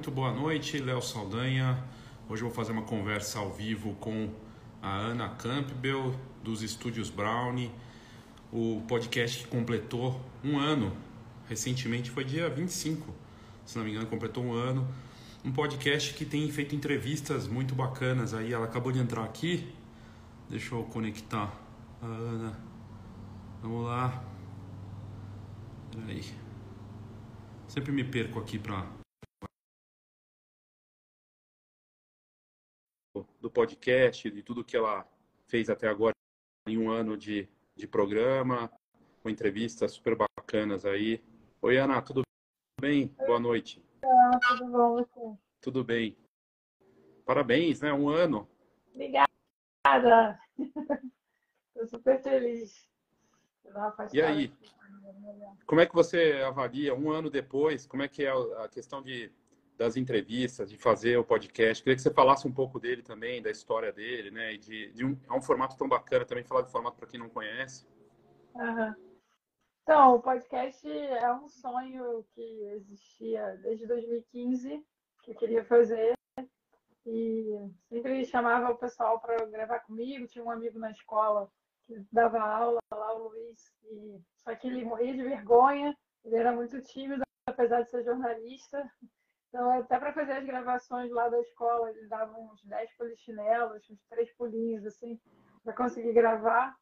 Muito boa noite, Léo Saldanha. Hoje eu vou fazer uma conversa ao vivo com a Ana Campbell, dos Estúdios Brownie. O podcast que completou um ano, recentemente foi dia 25, se não me engano, completou um ano. Um podcast que tem feito entrevistas muito bacanas. Aí ela acabou de entrar aqui. Deixa eu conectar a Ana. Vamos lá. Peraí. Sempre me perco aqui do podcast, de tudo que ela fez até agora em um ano de programa, com entrevistas super bacanas aí. Oi, Ana, tudo bem? Boa noite. Tudo bom, você? Tudo bem. Parabéns, né? Um ano. Obrigada. Estou super feliz. E aí, como é que você avalia um ano depois? Como é que é a questão das entrevistas, de fazer o podcast? Queria que você falasse um pouco dele também, da história dele, né? E é um formato tão bacana também, falar de formato para quem não conhece. Uhum. Então, o podcast é um sonho que existia desde 2015, que eu queria fazer. E sempre chamava o pessoal para gravar comigo. Tinha um amigo na escola que dava aula lá, o Luiz, só que ele morria de vergonha, ele era muito tímido, apesar de ser jornalista. Então, até para fazer as gravações lá da escola, eles davam uns 10 polichinelos, uns 3 pulinhos, assim, para conseguir gravar.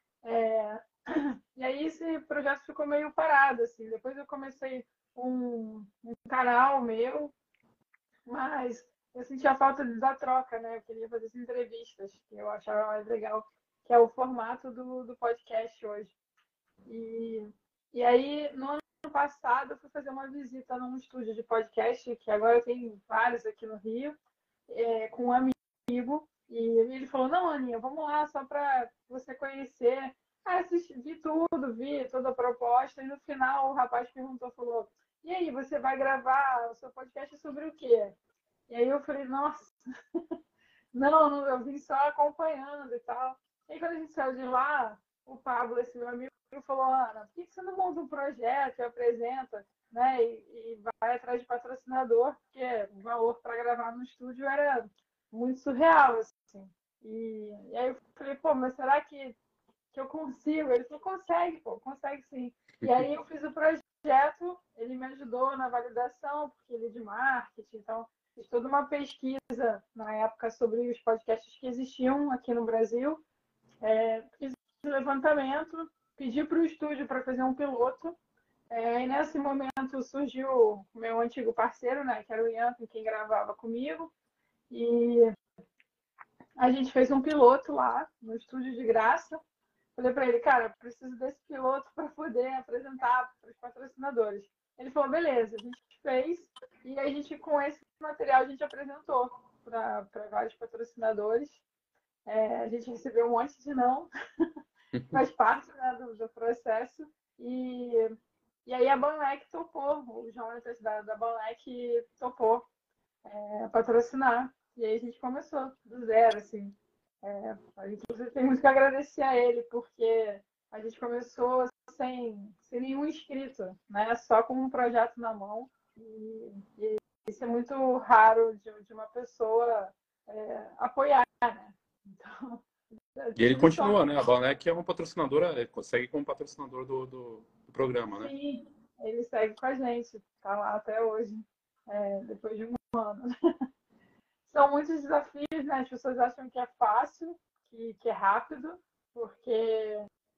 E aí esse projeto ficou meio parado, assim. Depois eu comecei um canal meu, mas eu sentia falta da troca, né? Eu queria fazer essas entrevistas, que eu achava mais legal, que é o formato do podcast hoje. E aí, no ano passado, eu fui fazer uma visita num estúdio de podcast, que agora tem vários aqui no Rio, com um amigo. E ele falou, não, Aninha, vamos lá, só para você conhecer. Aí assisti, vi toda a proposta, e no final o rapaz falou, e aí, você vai gravar o seu podcast sobre o quê? E aí eu falei, nossa, não, eu vim só acompanhando e tal. E aí quando a gente saiu de lá, o Pablo, esse meu amigo, falou, Ana, por que você não monta um projeto e apresenta, né? E vai atrás de patrocinador, porque o valor para gravar no estúdio era muito surreal, assim. E aí eu falei, pô, mas será que eu consigo? Ele falou, consegue, pô, consegue sim. E aí eu fiz o projeto, ele me ajudou na validação, porque ele é de marketing, então fiz toda uma pesquisa na época sobre os podcasts que existiam aqui no Brasil. Fiz o levantamento, pedi para o estúdio para fazer um piloto. E nesse momento surgiu o meu antigo parceiro, né, que era o Ian, com quem gravava comigo. E a gente fez um piloto lá no estúdio de graça. Falei para ele, cara, preciso desse piloto para poder apresentar para os patrocinadores. Ele falou, beleza, a gente fez e a gente, com esse material, a gente apresentou para vários patrocinadores. A gente recebeu um monte de não, faz parte, né, do processo. E aí a Banlec topou, o Jonatas da Banlec topou patrocinar. E aí a gente começou do zero, assim. Inclusive, tem muito que agradecer a ele, porque a gente começou sem nenhum inscrito, né? Só com um projeto na mão. E isso é muito raro de uma pessoa apoiar, né? Então, eu E ele tive continua, sorte. né? A Balnec é uma patrocinadora, segue como patrocinador do programa, né? Sim, ele segue com a gente, tá lá até hoje, depois de um ano. São muitos desafios, né? As pessoas acham que é fácil, que é rápido, porque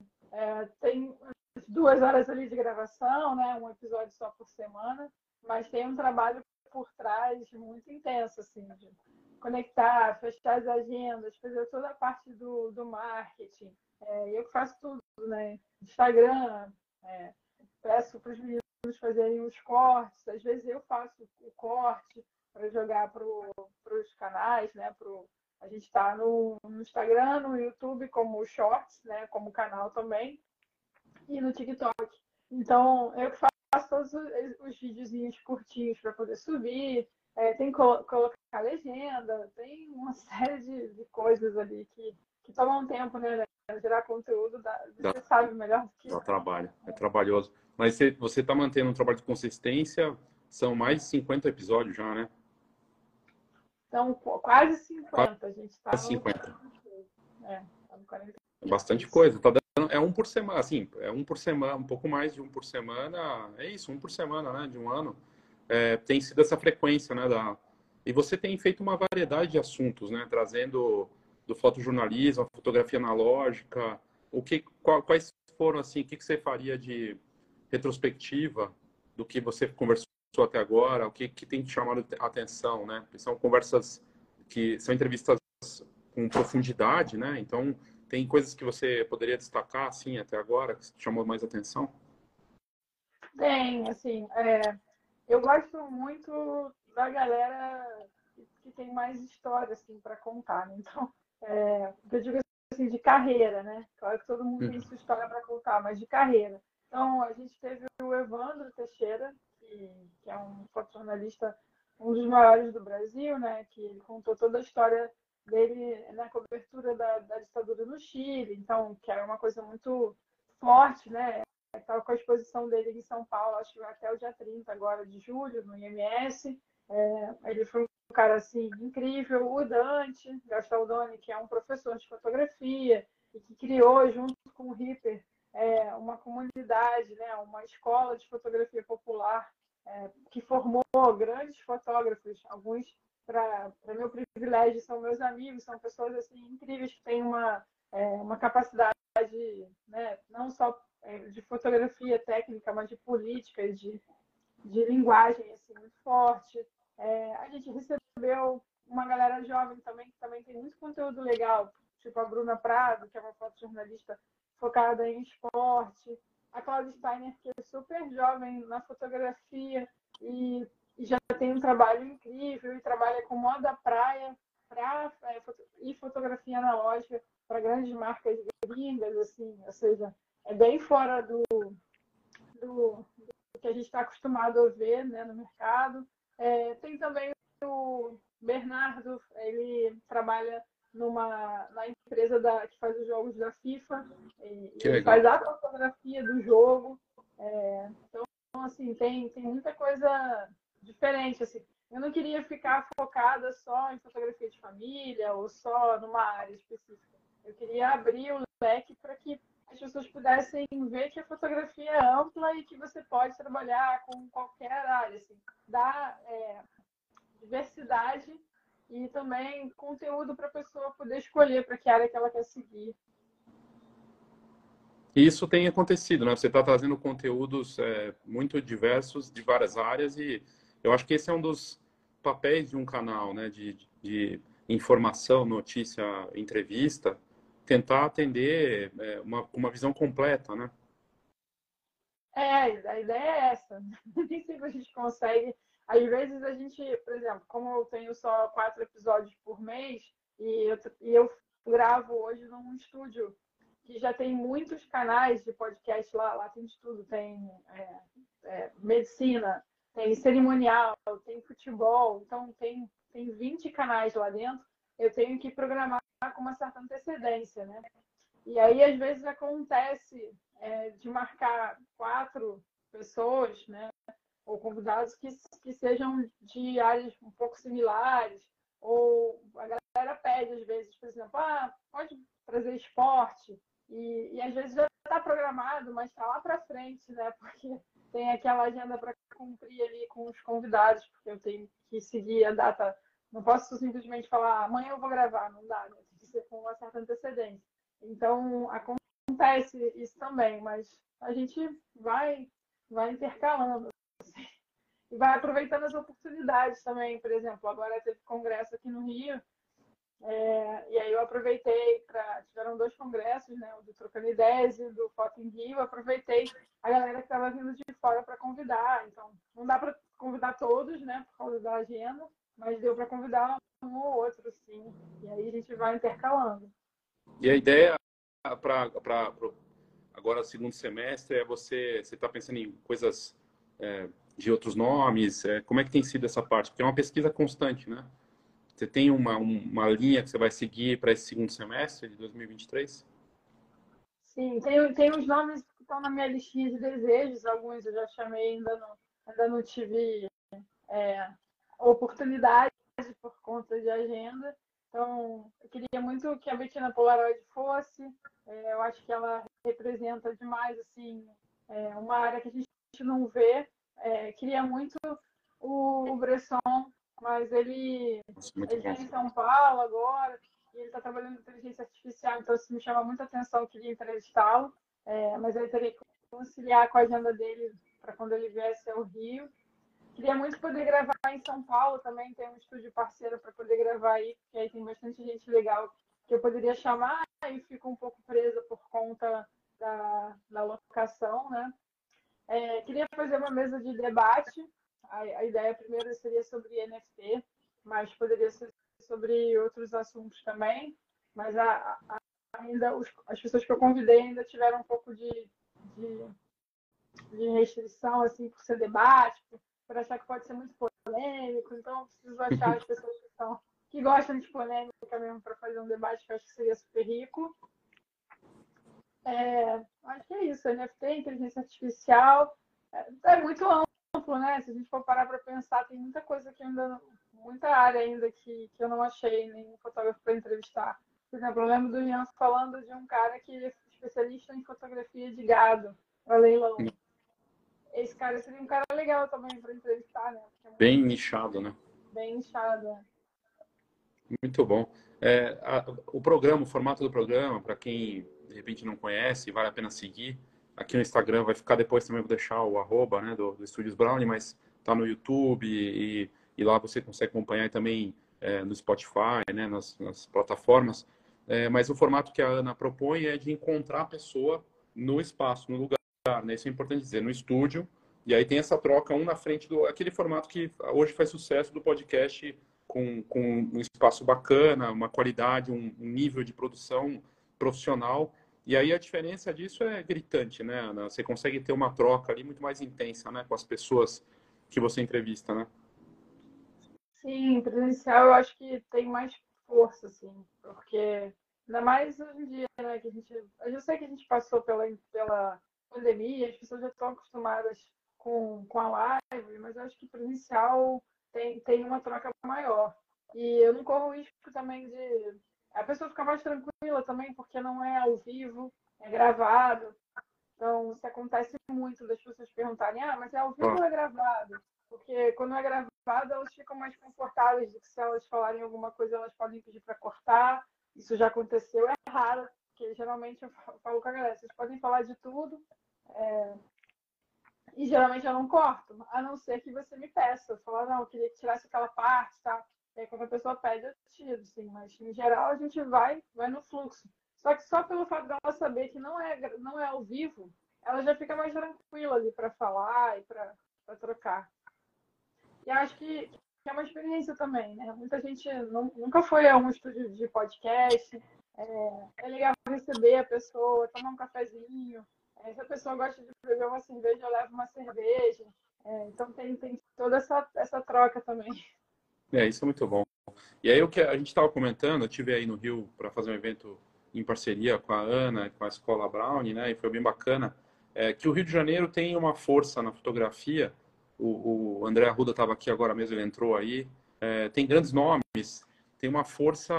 tem 2 horas ali de gravação, né? Um episódio só por semana, mas tem um trabalho por trás muito intenso, assim, de conectar, fechar as agendas, fazer toda a parte do marketing. Eu faço tudo, né? Instagram, peço para os meninos fazerem os cortes, às vezes eu faço o corte para jogar para os canais, né? A gente está no Instagram, no YouTube como Shorts, né? Como canal também, e no TikTok. Então, eu faço todos os videozinhos curtinhos para poder subir, tem que colocar legenda, tem uma série de coisas ali que tomam tempo, né? Gerar conteúdo, Dá, você sabe melhor do que dá eu. trabalho, é trabalhoso. Mas você está mantendo um trabalho de consistência, São mais de 50 episódios já, né? Então, quase 50. A gente está Quase no 50. tá no 40. É bastante coisa. Tá dando, é um por semana, assim, é um por semana, um pouco mais de um por semana. É isso, um por semana, né? De um ano. Tem sido essa frequência, né? E você tem feito uma variedade de assuntos, né? Trazendo do fotojornalismo, a fotografia analógica. Quais foram, assim, o que você faria de retrospectiva do que você conversou até agora? O que tem te chamado a atenção, né? São conversas que são entrevistas com profundidade, né? Então, tem coisas que você poderia destacar, assim, até agora, que te chamou mais atenção? Tem, assim, eu gosto muito da galera que tem mais história, assim, para contar, né? Então, eu digo assim, de carreira, né? Claro que todo mundo tem sua história para contar, mas de carreira. Então, a gente teve o Evandro Teixeira, que é um fotojornalista, um dos maiores do Brasil, né? Que ele contou toda a história dele na cobertura da ditadura no Chile, então, que era uma coisa muito forte, né? Estava com a exposição dele em São Paulo, acho que vai até o dia 30 agora de julho, no IMS. Ele foi um cara assim incrível. O Dante Gastaldoni, que é um professor de fotografia e que criou, junto com o Ripper, uma comunidade, né, uma escola de fotografia popular que formou grandes fotógrafos. Alguns, para meu privilégio, são meus amigos, são pessoas assim incríveis que têm uma capacidade, né, não só de fotografia técnica, mas de política, de linguagem assim, muito forte. A gente recebeu uma galera jovem também, que também tem muito conteúdo legal, tipo a Bruna Prado, que é uma fotojornalista focada em esporte, a Claudia Steiner, que é super jovem na fotografia e já tem um trabalho incrível e trabalha com moda praia e fotografia analógica para grandes marcas gringas, assim, ou seja, é bem fora do que a gente está acostumado a ver, né, no mercado. Tem também o Bernardo, ele trabalha na empresa que faz os jogos da FIFA, e ele legal. faz a fotografia do jogo. Então, assim, tem muita coisa diferente. Assim. Eu não queria ficar focada só em fotografia de família ou só numa área específica. Eu queria abrir o leque para que as pessoas pudessem ver que a fotografia é ampla e que você pode trabalhar com qualquer área, assim, dar diversidade e também conteúdo para a pessoa poder escolher para que área que ela quer seguir. E isso tem acontecido, né? Você está trazendo conteúdos muito diversos de várias áreas e eu acho que esse é um dos papéis de um canal, né? De informação, notícia, entrevista, tentar atender uma visão completa, né? A ideia é essa. Nem sempre a gente consegue. Às vezes a gente, por exemplo, como eu tenho só 4 episódios por mês e eu gravo hoje num estúdio que já tem muitos canais de podcast lá tem de tudo, tem medicina, tem cerimonial, tem futebol, então tem 20 canais lá dentro, eu tenho que programar com uma certa antecedência, né? E aí, às vezes, acontece de marcar 4 pessoas, né, ou convidados que sejam de áreas um pouco similares, ou a galera pede, às vezes, por exemplo, pode trazer esporte, e às vezes já está programado, mas está lá para frente, né, porque tem aquela agenda para cumprir ali com os convidados, porque eu tenho que seguir a data, não posso simplesmente falar, amanhã eu vou gravar, não dá, né? Tem que ser com uma certa antecedência. Então, acontece isso também, mas a gente vai intercalando assim, e vai aproveitando as oportunidades também. Por exemplo, agora teve congresso aqui no Rio, e aí eu aproveitei tiveram 2 congressos, né, o do Trocando Ideias e do Foto em Rio. Eu aproveitei a galera que estava vindo de fora para convidar. Então, não dá para convidar todos, né, por causa da agenda, mas deu para convidar um ou outro, sim. E aí a gente vai intercalando. E a ideia para agora, segundo semestre, você está pensando em coisas de outros nomes? Como é que tem sido essa parte? Porque é uma pesquisa constante, né? Você tem uma linha que você vai seguir para esse segundo semestre de 2023? Sim, tem uns nomes que estão na minha listinha de desejos, alguns eu já chamei, ainda não tive oportunidade por conta de agenda. Então, eu queria muito que a Bettina Polaroid fosse. Eu acho que ela representa demais, assim, uma área que a gente não vê. Queria muito o Bresson, mas ele está em São Paulo agora, e ele está trabalhando em inteligência artificial, então isso me chama muita atenção, eu queria entrevistá-lo, mas eu teria que conciliar com a agenda dele para quando ele viesse ao Rio. Queria muito poder gravar em São Paulo também, tem um estúdio parceiro para poder gravar aí, porque aí tem bastante gente legal que eu poderia chamar e fico um pouco presa por conta da locação, né? Queria fazer uma mesa de debate. A ideia primeiro seria sobre NFT, mas poderia ser sobre outros assuntos também. Mas ainda as pessoas que eu convidei ainda tiveram um pouco de restrição, assim, por ser debate, por achar que pode ser muito polêmico. Então, eu preciso achar as pessoas que gostam de polêmica mesmo para fazer um debate que eu acho que seria super rico. Acho que é isso. NFT, inteligência artificial, é muito amplo, né? Se a gente for parar para pensar, tem muita coisa que ainda, muita área ainda que eu não achei nenhum fotógrafo para entrevistar. Por exemplo, eu lembro do Ian falando de um cara que é especialista em fotografia de gado para leilão. Esse cara seria um cara legal também para entrevistar, né? Bem nichado, né? Bem nichado. Muito bom. O programa, o formato do programa, para quem de repente não conhece, vale a pena seguir. Aqui no Instagram vai ficar depois também, vou deixar o arroba, né, do Estúdios Brownie, mas tá no YouTube e lá você consegue acompanhar também no Spotify, né, nas plataformas. Mas o formato que a Ana propõe é de encontrar a pessoa no espaço, no lugar, né? Isso é importante dizer, no estúdio. E aí tem essa troca um na frente do aquele formato que hoje faz sucesso do podcast com um espaço bacana, uma qualidade, um nível de produção profissional. E aí a diferença disso é gritante, né, Ana? Você consegue ter uma troca ali muito mais intensa, né, com as pessoas que você entrevista, né? Sim, presencial eu acho que tem mais força, assim, porque ainda mais hoje em dia, né, que eu sei que a gente passou pela pandemia, as pessoas já estão acostumadas com a live, mas eu acho que presencial tem uma troca maior. E eu não corro o risco também de a pessoa ficar mais tranquila também, porque não é ao vivo, é gravado. Então, isso acontece muito das pessoas perguntarem, mas é ao vivo ou é gravado? Porque quando é gravado, elas ficam mais confortáveis de que se elas falarem alguma coisa, elas podem pedir para cortar. Isso já aconteceu, é raro, porque geralmente eu falo com a galera, vocês podem falar de tudo, e geralmente eu não corto, a não ser que você me peça. Falar, não, eu queria que tirasse aquela parte, tá? E aí, quando a pessoa pede, eu tiro, sim. Mas, em geral, a gente vai no fluxo. Só que só pelo fato dela saber que não é ao vivo, ela já fica mais tranquila ali para falar e para trocar. E acho que é uma experiência também, né? Muita gente nunca foi a um estúdio de podcast. É legal receber a pessoa, tomar um cafezinho. Se a pessoa gosta de beber uma cerveja, eu levo uma cerveja. Então tem toda essa troca também. Isso é muito bom. E aí o que a gente estava comentando, eu tive aí no Rio para fazer um evento em parceria com a Ana, com a Escola Brownie, né? E foi bem bacana. Que o Rio de Janeiro tem uma força na fotografia. O André Arruda estava aqui agora mesmo, ele entrou aí. Tem grandes nomes, tem uma força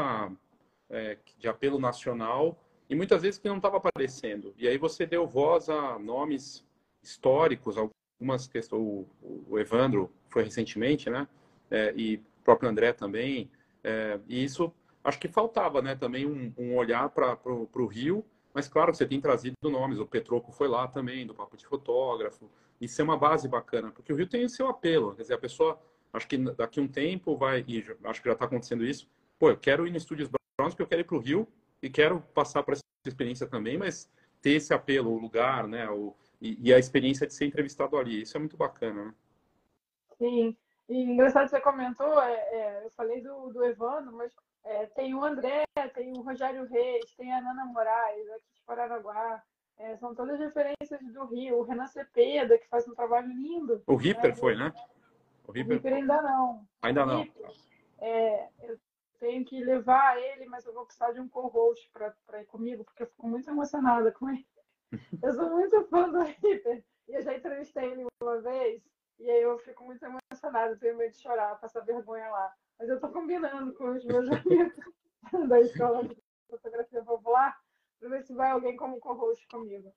de apelo nacional e muitas vezes que não estava aparecendo. E aí você deu voz a nomes históricos, algumas questões. O Evandro foi recentemente, né? E o próprio André também. E isso acho que faltava, né? Também um olhar para o Rio. Mas claro, você tem trazido nomes. O Petroco foi lá também, do Papo de Fotógrafo. Isso é uma base bacana, porque o Rio tem o seu apelo. Quer dizer, a pessoa, acho que daqui a um tempo vai, e acho que já está acontecendo isso. Pô, eu quero ir no Estúdios Browns porque eu quero ir para o Rio e quero passar por essa experiência também, mas ter esse apelo, o lugar, né? E a experiência de ser entrevistado ali. Isso é muito bacana, né? Sim. E engraçado que você comentou, eu falei do Evandro, mas tem o André, tem o Rogério Reis, tem a Nana Moraes, aqui de Paranaguá. São todas referências do Rio. O Renan Cepeda, que faz um trabalho lindo. O Ripper foi, né? O Ripper ainda não. Ainda O não. Ripper, eu tenho que levar ele, mas eu vou precisar de um co-host para ir comigo, porque eu fico muito emocionada com ele. Eu sou muito fã do Ripper. E eu já entrevistei ele uma vez. E aí eu fico muito emocionada, tenho medo de chorar, passar vergonha lá. Mas eu tô combinando com os meus amigos da escola de fotografia popular para ver se vai alguém como co-host comigo.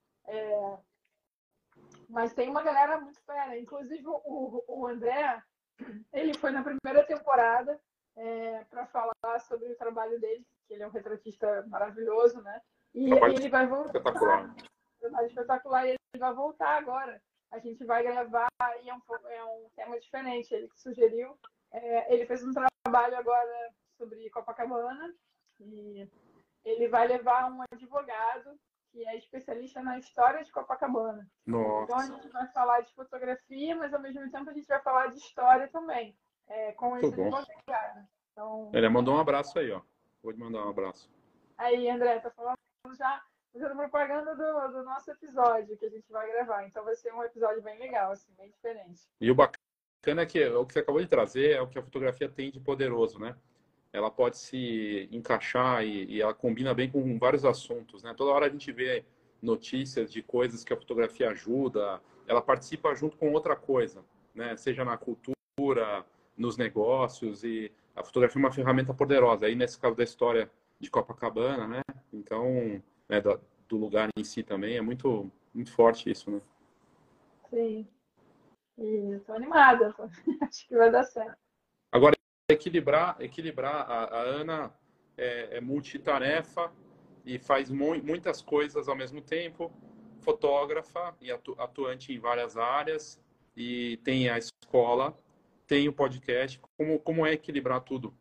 Mas tem uma galera muito fera. Inclusive o André, ele foi na primeira temporada para falar sobre o trabalho dele, que ele é um retratista maravilhoso, né? E Trabalho ele vai voltar. espetacular. Trabalho espetacular. E ele vai voltar agora. A gente vai gravar e é um tema diferente. Ele que sugeriu. Ele fez um trabalho agora sobre Copacabana e ele vai levar um advogado que é especialista na história de Copacabana. Então a Nossa, gente vai falar de fotografia, mas ao mesmo tempo a gente vai falar de história também, com muito esse bom. advogado. Então, Ele mandou um abraço aí, ó. Vou te mandar um abraço. aí, André, tá falando já fazendo propaganda do nosso episódio que a gente vai gravar. Então vai ser um episódio bem legal, assim, bem diferente. E o bacana é que o que você acabou de trazer é o que a fotografia tem de poderoso, né? Ela pode se encaixar e ela combina bem com vários assuntos, né? Toda hora a gente vê notícias de coisas que a fotografia ajuda, ela participa junto com outra coisa, né? Seja na cultura, nos negócios, e a fotografia é uma ferramenta poderosa. Aí nesse caso da história de Copacabana, né? Então, né, do lugar em si também é muito muito forte isso, né? Sim, e estou animada. Acho que vai dar certo. Agora, equilibrar a Ana é multitarefa e faz muitas coisas ao mesmo tempo, fotógrafa e atuante em várias áreas, e tem a escola, tem o podcast. Como é equilibrar tudo?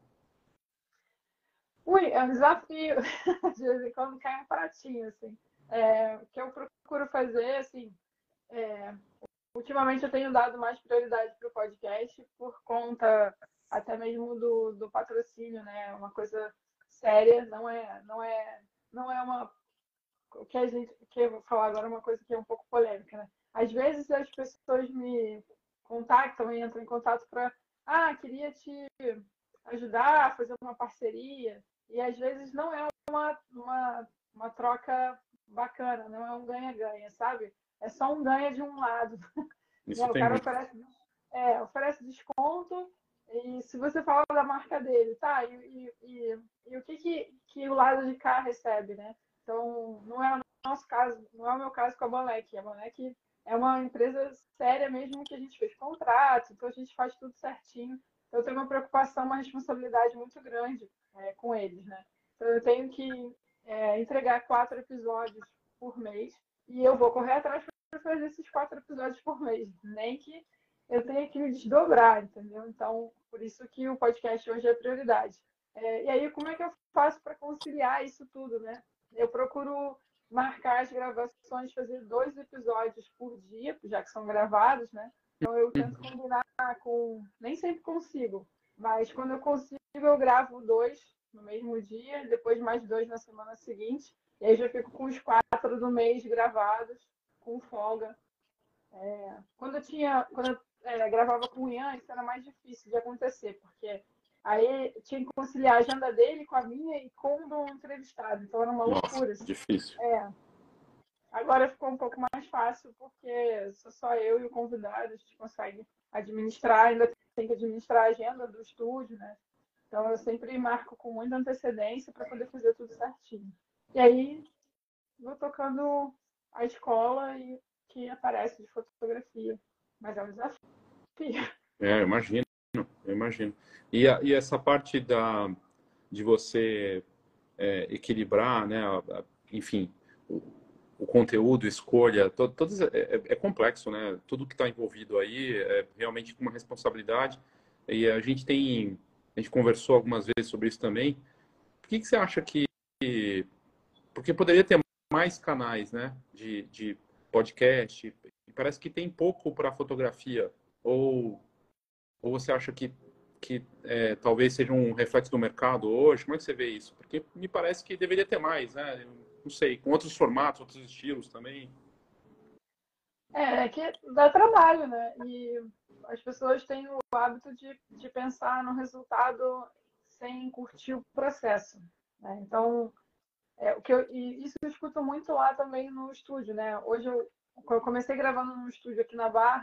Ui, é um desafio. De vez em quando cai um pratinho, assim. O que eu procuro fazer, assim, é, ultimamente eu tenho dado mais prioridade para o podcast por conta até mesmo do patrocínio, né? Uma coisa séria, não é uma o que a gente que eu vou falar agora é uma coisa que é um pouco polêmica, né? Às vezes as pessoas me contactam e entram em contato para queria te ajudar a fazer uma parceria e às vezes não é uma troca bacana, não é um ganha-ganha, sabe? É só um ganha de um lado. Né? Isso O tem cara muito. oferece desconto e se você fala da marca dele, tá? E o que o lado de cá recebe, né? Então, não é o nosso caso, não é o meu caso com a Boneck. A Boneck é uma empresa séria mesmo que a gente fez contrato, então a gente faz tudo certinho. Então, eu tenho uma preocupação, uma responsabilidade muito grande com eles, né? Então, eu tenho que entregar 4 episódios por mês e eu vou correr atrás para fazer esses 4 episódios por mês, nem que eu tenha que me desdobrar, entendeu? Então, por isso que o podcast hoje é prioridade. E aí, como é que eu faço para conciliar isso tudo, né? Eu procuro marcar as gravações, fazer 2 episódios por dia, já que são gravados, né? Então, eu tento combinar com... Nem sempre consigo, mas quando eu consigo, eu gravo 2 no mesmo dia, depois mais 2 na semana seguinte, e aí já fico com os 4 do mês gravados, com folga. Quando eu gravava com o Ian, isso era mais difícil de acontecer, porque aí tinha que conciliar a agenda dele com a minha e com o do entrevistado. Então era uma Nossa, loucura. Assim. difícil. Agora ficou um pouco mais fácil, porque sou só eu e o convidado, a gente consegue administrar, ainda tem que administrar a agenda do estúdio, né? Então eu sempre marco com muita antecedência para poder fazer tudo certinho. E aí vou tocando a escola e que aparece de fotografia. Mas é um desafio. Eu imagino, eu imagino. E essa parte de você equilibrar, né? Enfim, o conteúdo, escolha, todos é complexo, né? Tudo que está envolvido aí é realmente uma responsabilidade. E a gente conversou algumas vezes sobre isso também. Por que você acha que, porque poderia ter mais canais, né? De podcast. E parece que tem pouco para fotografia. Ou você acha que talvez seja um reflexo do mercado hoje? Como é que você vê isso? Porque me parece que deveria ter mais, né? Não sei, com outros formatos, outros estilos também. É que dá trabalho, né? E as pessoas têm o hábito de pensar no resultado sem curtir o processo. Né? Então, e isso eu escuto muito lá também no estúdio, né? Hoje eu comecei gravando no estúdio aqui na Barra,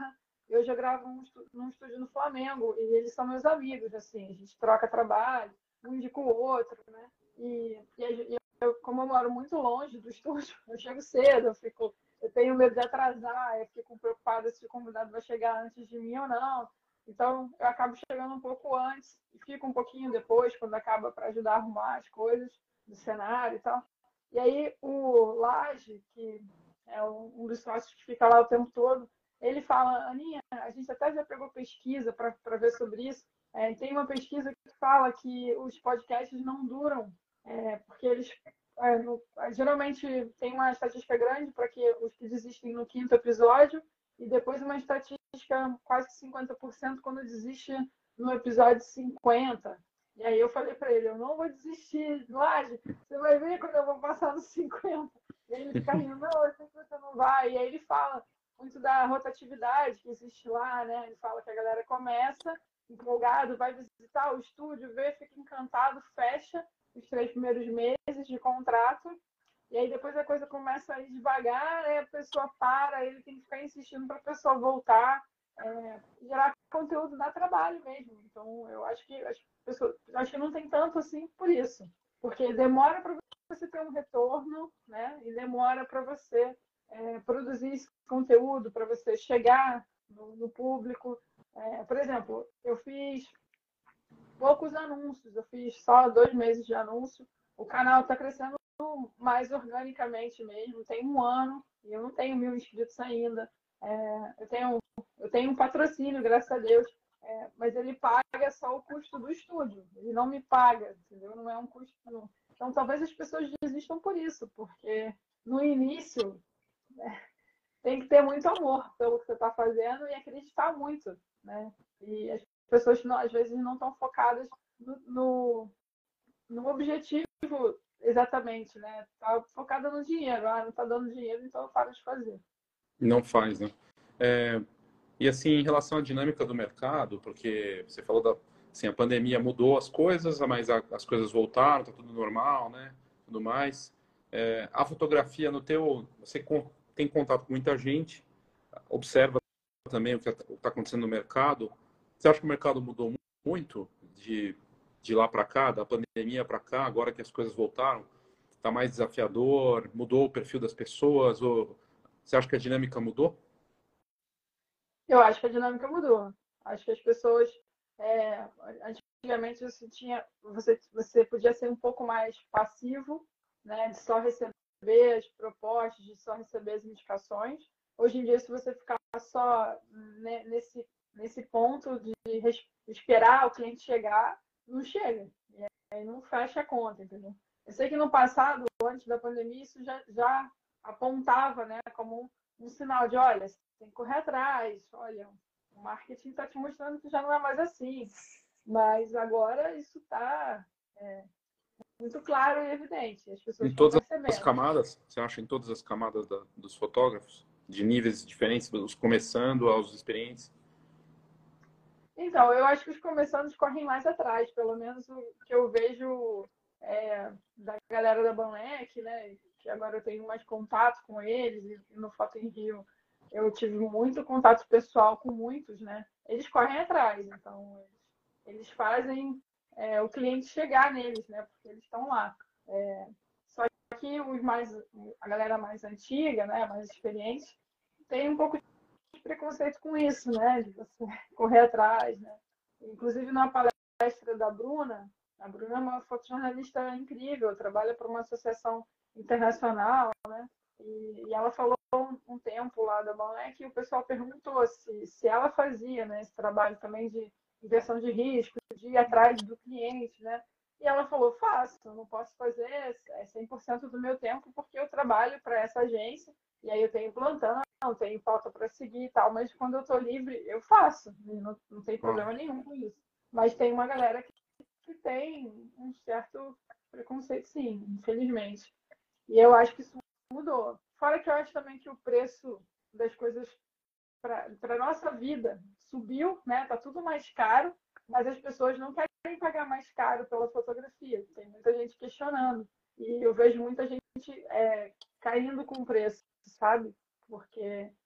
E hoje eu gravo num estúdio no Flamengo, e eles são meus amigos, assim, a gente troca trabalho, um indica o outro, né? E eu, como eu moro muito longe do estúdio, eu chego cedo, eu tenho medo de atrasar, eu fico preocupada se o convidado vai chegar antes de mim ou não. Então, eu acabo chegando um pouco antes e fico um pouquinho depois, quando acaba, para ajudar a arrumar as coisas do cenário e tal. E aí, o Laje, que é um dos sócios que fica lá o tempo todo, ele fala: Aninha, a gente até já pegou pesquisa para ver sobre isso. Tem uma pesquisa que fala que os podcasts não duram, porque eles geralmente tem uma estatística grande para que os que desistem no quinto episódio, e depois uma estatística quase que 50% quando desiste no episódio 50. E aí eu falei para ele: eu não vou desistir, Laje, você vai ver quando eu vou passar nos 50. E aí ele fica rindo: não, eu sei que você não vai. E aí ele fala muito da rotatividade que existe lá, né? Ele fala que a galera começa empolgado, vai visitar o estúdio, vê, fica encantado, fecha os 3 primeiros meses de contrato, e aí depois a coisa começa a ir devagar, aí a pessoa para, ele tem que ficar insistindo para a pessoa voltar. Gerar conteúdo dá trabalho mesmo. Então, eu acho que as pessoas, acho que não tem tanto assim por isso, porque demora para você ter um retorno, né? E demora para você produzir esse conteúdo, para você chegar no público. Por exemplo, eu fiz poucos anúncios, eu fiz só 2 meses de anúncio. O canal está crescendo mais organicamente mesmo, tem um ano e eu não tenho 1.000 inscritos ainda. Eu tenho um patrocínio, graças a Deus, mas ele paga só o custo do estúdio, ele não me paga, entendeu? Não é um custo. Não. Então, talvez as pessoas desistam por isso, porque no início tem que ter muito amor pelo que você está fazendo e acreditar muito, né? E as pessoas não, às vezes não estão focadas no objetivo exatamente, né? Tá focada no dinheiro. Não está dando dinheiro, então eu paro de fazer. Não faz, né? É, e assim, em relação à dinâmica do mercado, porque você falou assim, a pandemia mudou as coisas, mas as coisas voltaram, tá tudo normal, né? Tudo mais. A fotografia no você tem contato com muita gente, observa também o que está acontecendo no mercado. Você acha que o mercado mudou muito de lá para cá, da pandemia para cá, agora que as coisas voltaram? Está mais desafiador? Mudou o perfil das pessoas? Ou você acha que a dinâmica mudou? Eu acho que a dinâmica mudou. Acho que as pessoas. É, Antigamente você podia ser um pouco mais passivo, né, de só receber as propostas, de só receber as indicações. Hoje em dia, se você ficar só nesse ponto de esperar o cliente chegar, não chega. E aí não fecha a conta, entendeu? Eu sei que no passado, antes da pandemia, isso já apontava, né, como um sinal de: olha, você tem que correr atrás, olha, o marketing está te mostrando que já não é mais assim. Mas agora isso está muito claro e evidente, as pessoas Em estão todas as percebendo. camadas? Você acha em todas as camadas dos fotógrafos? De níveis diferentes, os começando aos experientes? Então, eu acho que os começantes correm mais atrás, pelo menos o que eu vejo da galera da Banlec, né? Que agora eu tenho mais contato com eles, e no Foto em Rio eu tive muito contato pessoal com muitos, né? Eles correm atrás, então eles fazem o cliente chegar neles, né? Porque eles estão lá. Só que a galera mais antiga, né? Mais experiente, tem um pouco de preconceito com isso, né? De você correr atrás, né? Inclusive na palestra da Bruna, a Bruna é uma fotojornalista incrível, trabalha para uma associação internacional, né? E ela falou um tempo lá da Banlec que o pessoal perguntou se ela fazia, né, esse trabalho também de inversão de risco, de ir atrás do cliente, né? E ela falou: faço, eu não posso fazer 100% do meu tempo porque eu trabalho para essa agência e aí eu tenho plantão, tenho pauta para seguir e tal, mas quando eu estou livre, eu faço, não tem problema nenhum com isso. Mas tem uma galera que tem um certo preconceito, sim, infelizmente. E eu acho que isso mudou. Fora que eu acho também que o preço das coisas para a nossa vida subiu, né? Tá tudo mais caro, mas as pessoas não querem pagar mais caro pela fotografia. Tem muita gente questionando. E eu vejo muita gente caindo com o preço, sabe? Porque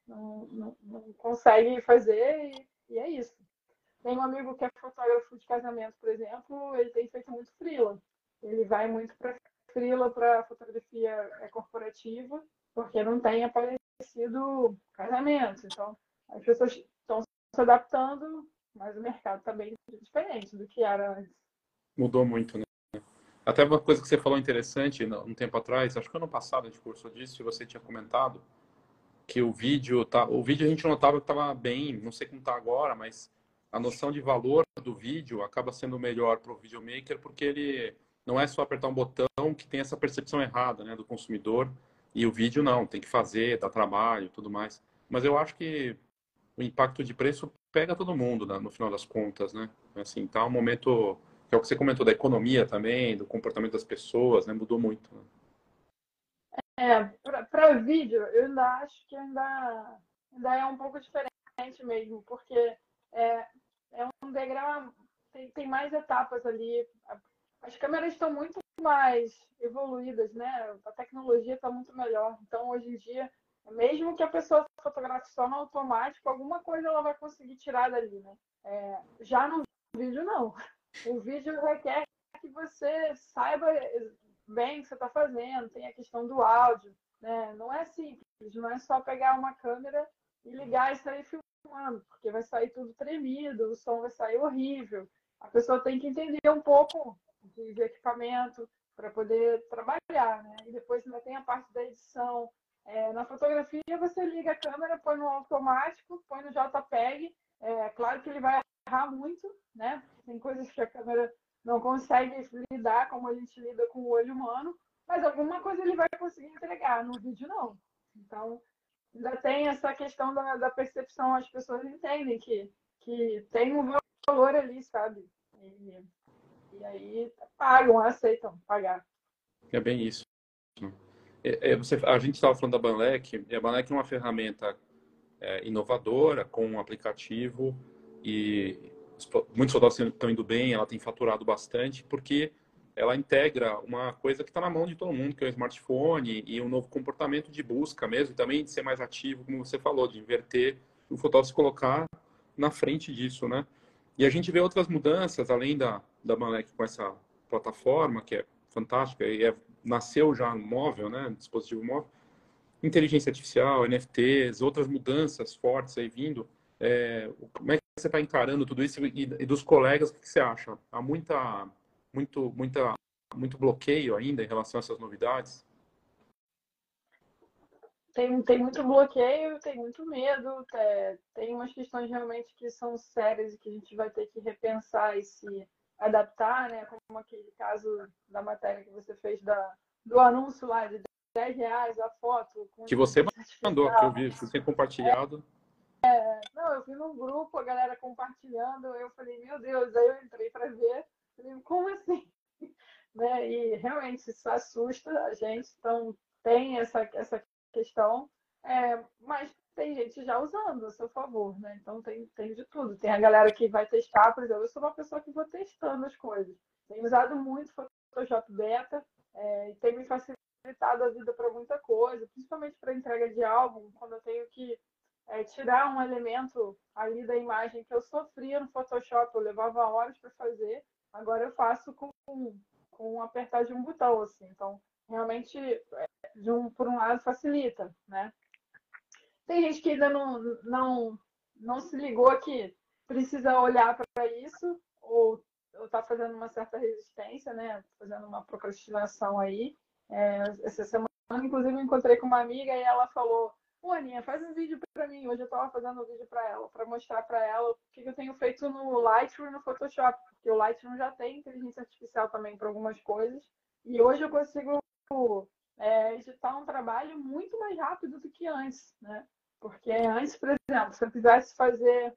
não consegue fazer e é isso. Tem um amigo que é fotógrafo de casamento, por exemplo, ele tem feito muito freela. Ele vai muito para freela, para fotografia corporativa, porque não tem aparecido casamentos. Então, as pessoas estão se adaptando, mas o mercado está bem diferente do que era antes. Mudou muito, né? Até uma coisa que você falou interessante um tempo atrás, acho que ano passado a gente conversou disso, e você tinha comentado que o vídeo a gente notava que estava bem, não sei como está agora, mas a noção de valor do vídeo acaba sendo melhor para o videomaker, porque ele não é só apertar um botão que tem essa percepção errada, né, do consumidor, e o vídeo não, tem que fazer, dá trabalho e tudo mais. Mas eu acho que o impacto de preço pega todo mundo, né, no final das contas, né? Assim, tá um momento, que é o que você comentou, da economia também, do comportamento das pessoas, né, mudou muito, né? Para vídeo, eu ainda acho que ainda é um pouco diferente mesmo, porque é, é um degrau, tem mais etapas ali. As câmeras estão muito mais evoluídas, né? A tecnologia está muito melhor. Então, hoje em dia, mesmo que a pessoa fotografe só no automático, alguma coisa ela vai conseguir tirar dali, né? Já no vídeo, não. O vídeo requer que você saiba bem o que você está fazendo, tem a questão do áudio, né? Não é simples, não é só pegar uma câmera e ligar e sair filmando, porque vai sair tudo tremido, o som vai sair horrível. A pessoa tem que entender um pouco de equipamento para poder trabalhar, né? E depois ainda tem a parte da edição. Na fotografia, você liga a câmera, põe no automático, põe no JPEG. Claro que ele vai errar muito, né? Tem coisas que a câmera não consegue lidar como a gente lida com o olho humano, mas alguma coisa ele vai conseguir entregar, no vídeo não. Então, ainda tem essa questão da percepção, as pessoas entendem que tem um valor ali, sabe? E aí pagam, aceitam pagar. É bem isso. A gente estava falando da Banlec, e a Banlec é uma ferramenta inovadora, com um aplicativo, e muitos fotógrafos estão indo bem, ela tem faturado bastante, porque ela integra uma coisa que está na mão de todo mundo, que é o smartphone, e um novo comportamento de busca mesmo, e também de ser mais ativo, como você falou, de inverter, o fotógrafo se colocar na frente disso, né? E a gente vê outras mudanças, além da Banlec com essa plataforma, que é fantástica, e nasceu já móvel, né? Dispositivo móvel, inteligência artificial, NFTs, outras mudanças fortes aí vindo. Como é que você está encarando tudo isso e dos colegas, o que você acha? Há muito, muito bloqueio ainda em relação a essas novidades? Tem muito bloqueio, tem muito medo, tem umas questões realmente que são sérias e que a gente vai ter que repensar e se adaptar, né? Como aquele caso da matéria que você fez do anúncio lá de R$ 10 a foto com Que você inteligência mandou, que eu artificial. vi, você tem compartilhado. Não, eu vi num grupo, a galera compartilhando, eu falei, meu Deus, aí eu entrei para ver, falei, como assim? Né? E realmente isso assusta a gente, então tem essa questão, mas tem gente já usando a seu favor, né? Então tem de tudo. Tem a galera que vai testar, por exemplo, eu sou uma pessoa que vou testando as coisas. Tenho usado muito Photoshop Beta, e tem me facilitado a vida para muita coisa, principalmente para entrega de álbum, quando eu tenho que tirar um elemento ali da imagem que eu sofria no Photoshop, eu levava horas para fazer, agora eu faço com um apertar de um botão, assim. Então, realmente, por um lado, facilita, né? Tem gente que ainda não se ligou que precisa olhar para isso, ou está fazendo uma certa resistência, né? Fazendo uma procrastinação aí. Essa semana, inclusive, eu encontrei com uma amiga e ela falou: Pô, Aninha, faz um vídeo para mim. Hoje eu estava fazendo um vídeo para ela, para mostrar para ela o que eu tenho feito no Lightroom e no Photoshop, porque o Lightroom já tem inteligência artificial também para algumas coisas. E hoje eu consigo editar um trabalho muito mais rápido do que antes, né? Porque antes, por exemplo, se eu quisesse fazer.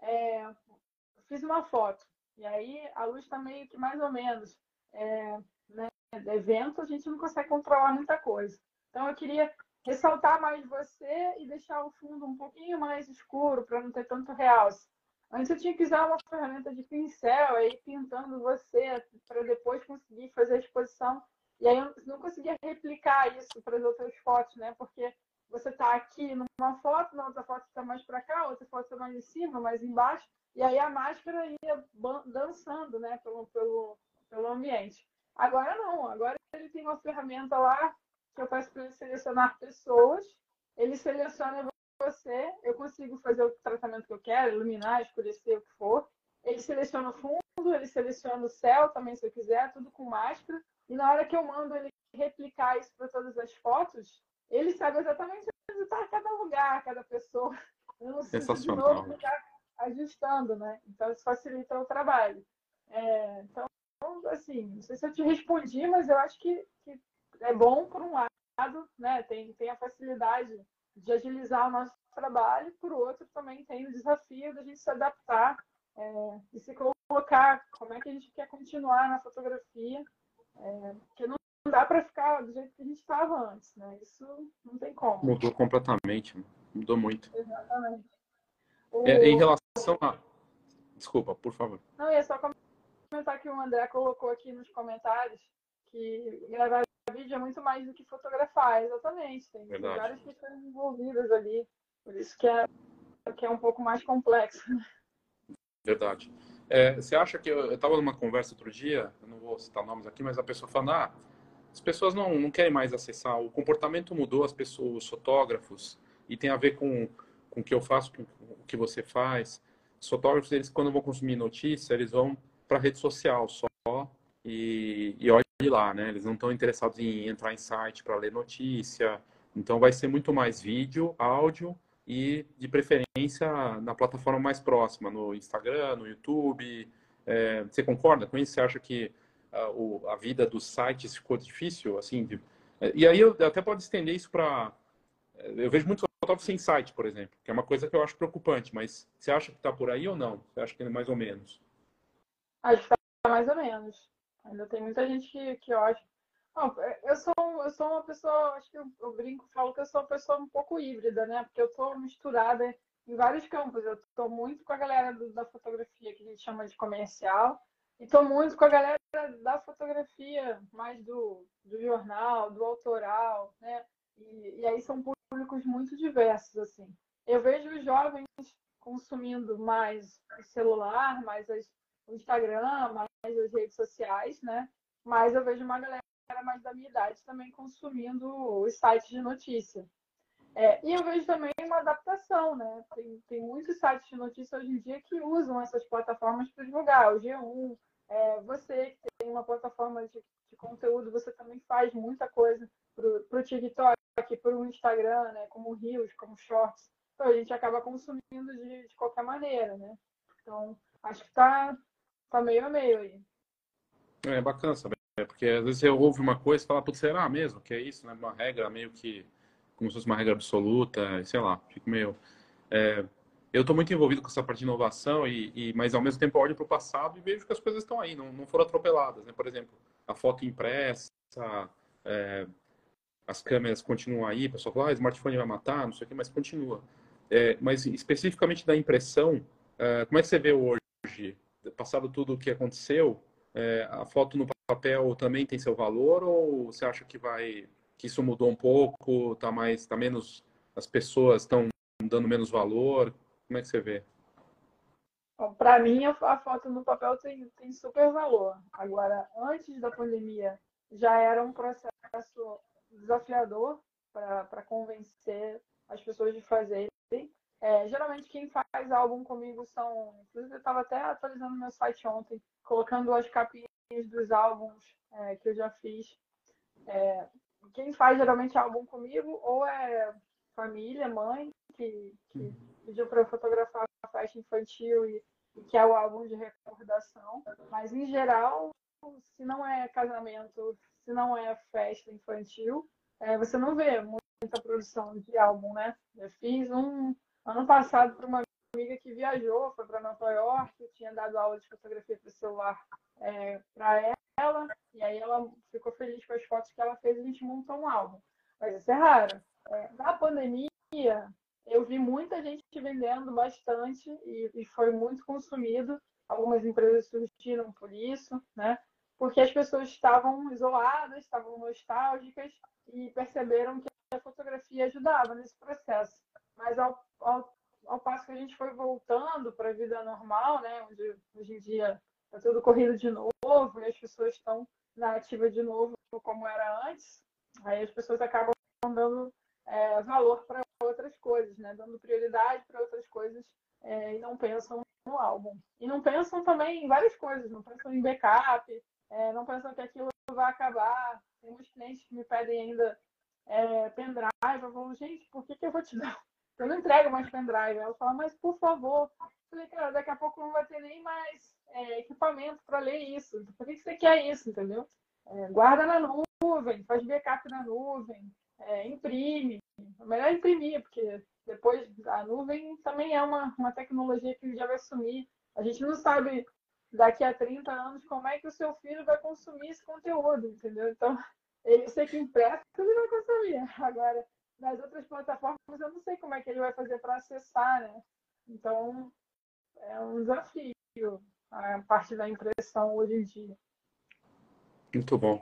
Fiz uma foto, e aí a luz está meio que mais ou menos. Né, de evento, a gente não consegue controlar muita coisa. Então, eu queria ressaltar mais você e deixar o fundo um pouquinho mais escuro, para não ter tanto realce. Antes eu tinha que usar uma ferramenta de pincel, aí pintando você, para depois conseguir fazer a exposição. E aí eu não conseguia replicar isso para as outras fotos, né? Porque você está aqui numa foto, na outra foto está mais para cá, outra foto está mais em cima, mais embaixo, e aí a máscara ia dançando, né, pelo ambiente. Agora não, agora ele tem uma ferramenta lá que eu peço para ele selecionar pessoas, ele seleciona você, eu consigo fazer o tratamento que eu quero, iluminar, escurecer, o que for. Ele seleciona o fundo, ele seleciona o céu também, se eu quiser, tudo com máscara. E na hora que eu mando ele replicar isso para todas as fotos, ele sabe exatamente onde está cada lugar, cada pessoa. Eu não preciso de novo Sensacional. ficar ajustando, né? Então isso facilita o trabalho. Então, assim, não sei se eu te respondi, mas eu acho que é bom por um lado, né? Tem a facilidade de agilizar o nosso trabalho, por outro também tem o desafio da gente se adaptar e se colocar como é que a gente quer continuar na fotografia, porque não dá para ficar do jeito que a gente estava antes, né? Isso não tem como. Mudou completamente, mudou muito. Exatamente. Em relação a... Desculpa, por favor. Não, ia só comentar que o André colocou aqui nos comentários que gravar vídeo é muito mais do que fotografar, exatamente. Tem Verdade. várias questões envolvidas ali, por isso que é um pouco mais complexo. Verdade. Você acha que eu estava numa conversa outro dia, eu não vou citar nomes aqui, mas a pessoa falando, as pessoas não querem mais acessar, o comportamento mudou, as pessoas, os fotógrafos, e tem a ver com o que eu faço, com o que você faz. Os fotógrafos, eles quando vão consumir notícia, eles vão para a rede social só e olhe lá, né? Eles não estão interessados em entrar em site para ler notícia. Então vai ser muito mais vídeo, áudio e de preferência na plataforma mais próxima, no Instagram, no YouTube. Você concorda com isso? Você acha que a vida dos sites ficou difícil? Assim, e aí eu até pode estender isso para... Eu vejo muitos fotógrafos sem site, por exemplo, que é uma coisa que eu acho preocupante, mas você acha que está por aí ou não? Você acha que é mais ou menos? Acho que tá mais ou menos. Ainda tem muita gente que acha. Não, eu sou uma pessoa, acho que eu brinco, falo que eu sou uma pessoa um pouco híbrida, né? Porque eu estou misturada em vários campos. Eu estou muito com a galera da fotografia, que a gente chama de comercial, e estou muito com a galera da fotografia, mais do jornal, do autoral, né? E aí são públicos muito diversos, assim. Eu vejo os jovens consumindo mais o celular, mais o Instagram, mais as redes sociais, né? Mas eu vejo uma galera mais da minha idade também consumindo os sites de notícia. E eu vejo também uma adaptação, né? Tem muitos sites de notícia hoje em dia que usam essas plataformas para divulgar. O G1, você que tem uma plataforma de conteúdo, você também faz muita coisa para o TikTok, para o Instagram, né? Como Reels, como Shorts. Então a gente acaba consumindo de qualquer maneira, né? Então acho que tá meio a meio aí. É bacana saber, porque às vezes você ouve uma coisa e fala, putz, será mesmo que é isso, né? Uma regra meio que, como se fosse uma regra absoluta, sei lá, fico meio... é, eu estou muito envolvido com essa parte de inovação, mas ao mesmo tempo eu olho para o passado e vejo que as coisas estão aí, não foram atropeladas, né? Por exemplo, a foto impressa, é, as câmeras continuam aí, o pessoal fala, smartphone vai matar, não sei o que, mas continua. Mas especificamente da impressão, como é que você vê hoje, passado tudo o que aconteceu, a foto no papel também tem seu valor ou você acha que isso mudou um pouco, tá menos, as pessoas estão dando menos valor? Como é que você vê? Para mim, a foto no papel tem super valor. Agora, antes da pandemia, já era um processo desafiador para convencer as pessoas de fazerem. Geralmente, quem faz álbum comigo são. Inclusive, eu estava até atualizando meu site ontem, colocando as capinhas dos álbuns que eu já fiz. Quem faz geralmente álbum comigo ou é família, mãe, que pediu para eu fotografar a festa infantil e que é o álbum de recordação. Mas, em geral, se não é casamento, se não é festa infantil, você não vê muita produção de álbum, né? Eu fiz um ano passado para uma amiga que viajou, foi para Nova York, eu tinha dado aula de fotografia para o celular para ela, e aí ela ficou feliz com as fotos que ela fez e a gente montou um álbum. Mas isso é raro. Na pandemia, eu vi muita gente vendendo bastante e foi muito consumido. Algumas empresas surgiram por isso, né? Porque as pessoas estavam isoladas, estavam nostálgicas e perceberam que a fotografia ajudava nesse processo. Mas ao passo que a gente foi voltando para a vida normal, né, onde hoje em dia está tudo corrido de novo e as pessoas estão na ativa de novo como era antes, aí as pessoas acabam dando valor para outras coisas, né, dando prioridade para outras coisas e não pensam no álbum. E não pensam também em várias coisas, não pensam em backup, não pensam que aquilo vai acabar. Tem muitos clientes que me pedem ainda pendrive, eu falo, gente, por que eu vou te dar? Eu não entrego mais pendrive. Ela fala, mas por favor. Eu falei, cara, daqui a pouco não vai ter nem mais equipamento para ler isso. Por que você quer isso, entendeu? Guarda na nuvem, faz backup na nuvem, imprime. É melhor imprimir, porque depois a nuvem também é uma tecnologia que já vai sumir. A gente não sabe daqui a 30 anos como é que o seu filho vai consumir esse conteúdo, entendeu? Então, ele sei que impresso, ele vai consumir. Agora, nas outras plataformas, eu não sei como é que ele vai fazer para acessar, né? Então, é um desafio a parte da impressão hoje em dia. Muito bom.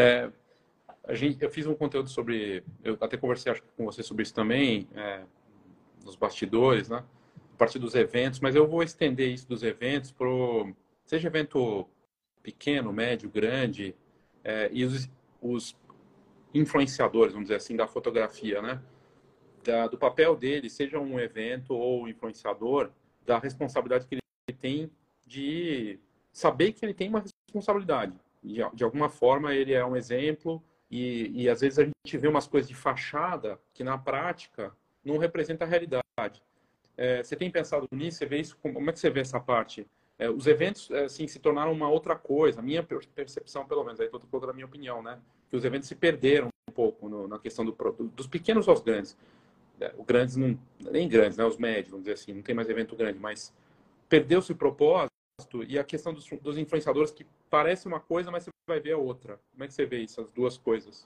Eu fiz um conteúdo sobre, eu até conversei acho, com você sobre isso também, nos bastidores, né? A partir dos eventos, mas eu vou estender isso dos eventos para seja evento pequeno, médio, grande, e os influenciadores, vamos dizer assim, da fotografia, né? Do papel dele, seja um evento ou influenciador, da responsabilidade que ele tem de saber que ele tem uma responsabilidade. De alguma forma, ele é um exemplo e às vezes a gente vê umas coisas de fachada que, na prática, não representa a realidade. Você tem pensado nisso? Você vê isso? Como é que você vê essa parte? Os eventos, assim, se tornaram uma outra coisa. A minha percepção, pelo menos, aí estou colocando a minha opinião, né? Que os eventos se perderam um pouco na questão dos pequenos aos grandes. Os grandes, não, nem grandes, né? Os médios, vamos dizer assim, não tem mais evento grande, mas perdeu-se o propósito e a questão dos influenciadores que parece uma coisa, mas você vai ver a outra. Como é que você vê isso, as duas coisas?